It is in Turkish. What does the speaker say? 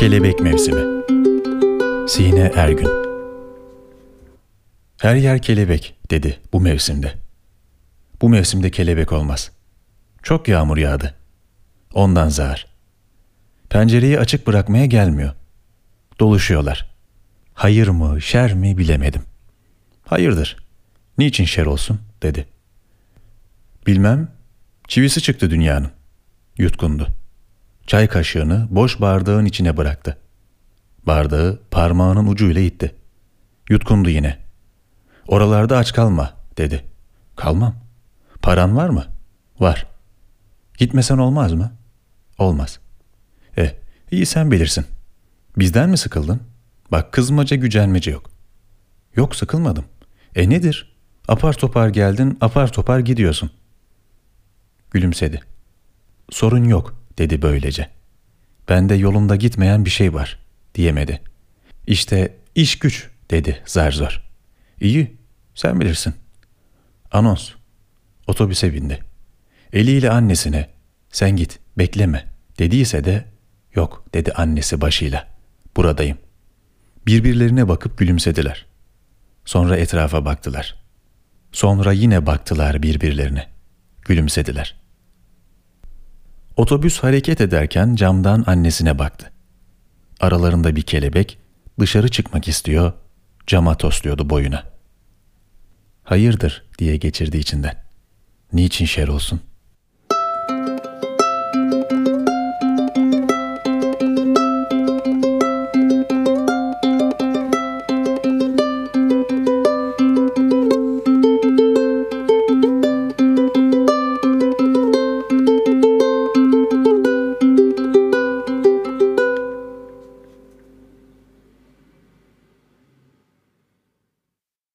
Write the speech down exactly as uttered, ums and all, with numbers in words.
Kelebek Mevsimi. Sine Ergün. Her yer kelebek dedi bu mevsimde. Bu mevsimde kelebek olmaz. Çok yağmur yağdı. Ondan zar. Pencereyi açık bırakmaya gelmiyor. Doluşuyorlar. Hayır mı, şer mi bilemedim. Hayırdır. Niçin şer olsun dedi. Bilmem. Çivisi çıktı dünyanın. Yutkundu. Çay kaşığını boş bardağın içine bıraktı. Bardağı parmağının ucuyla itti. Yutkundu yine. Oralarda aç kalma dedi. Kalmam. Paran var mı? Var. Gitmesen olmaz mı? Olmaz. Eh, iyi sen bilirsin. Bizden mi sıkıldın? Bak kızmaca gücenmece yok. Yok sıkılmadım. E nedir? Apar topar geldin, apar topar gidiyorsun. Gülümsedi. Sorun yok dedi böylece. Bende yolunda gitmeyen bir şey var diyemedi. İşte iş güç dedi zar zor. İyi sen bilirsin. Anons. Otobüse bindi. Eliyle annesine sen git bekleme dediyse de yok dedi annesi başıyla. Buradayım. Birbirlerine bakıp gülümsediler. Sonra etrafa baktılar. Sonra yine baktılar birbirlerine. Gülümsediler. Otobüs hareket ederken camdan annesine baktı. Aralarında bir kelebek dışarı çıkmak istiyor, cama tosluyordu boyuna. Hayırdır diye geçirdi içinden. Niçin şer olsun?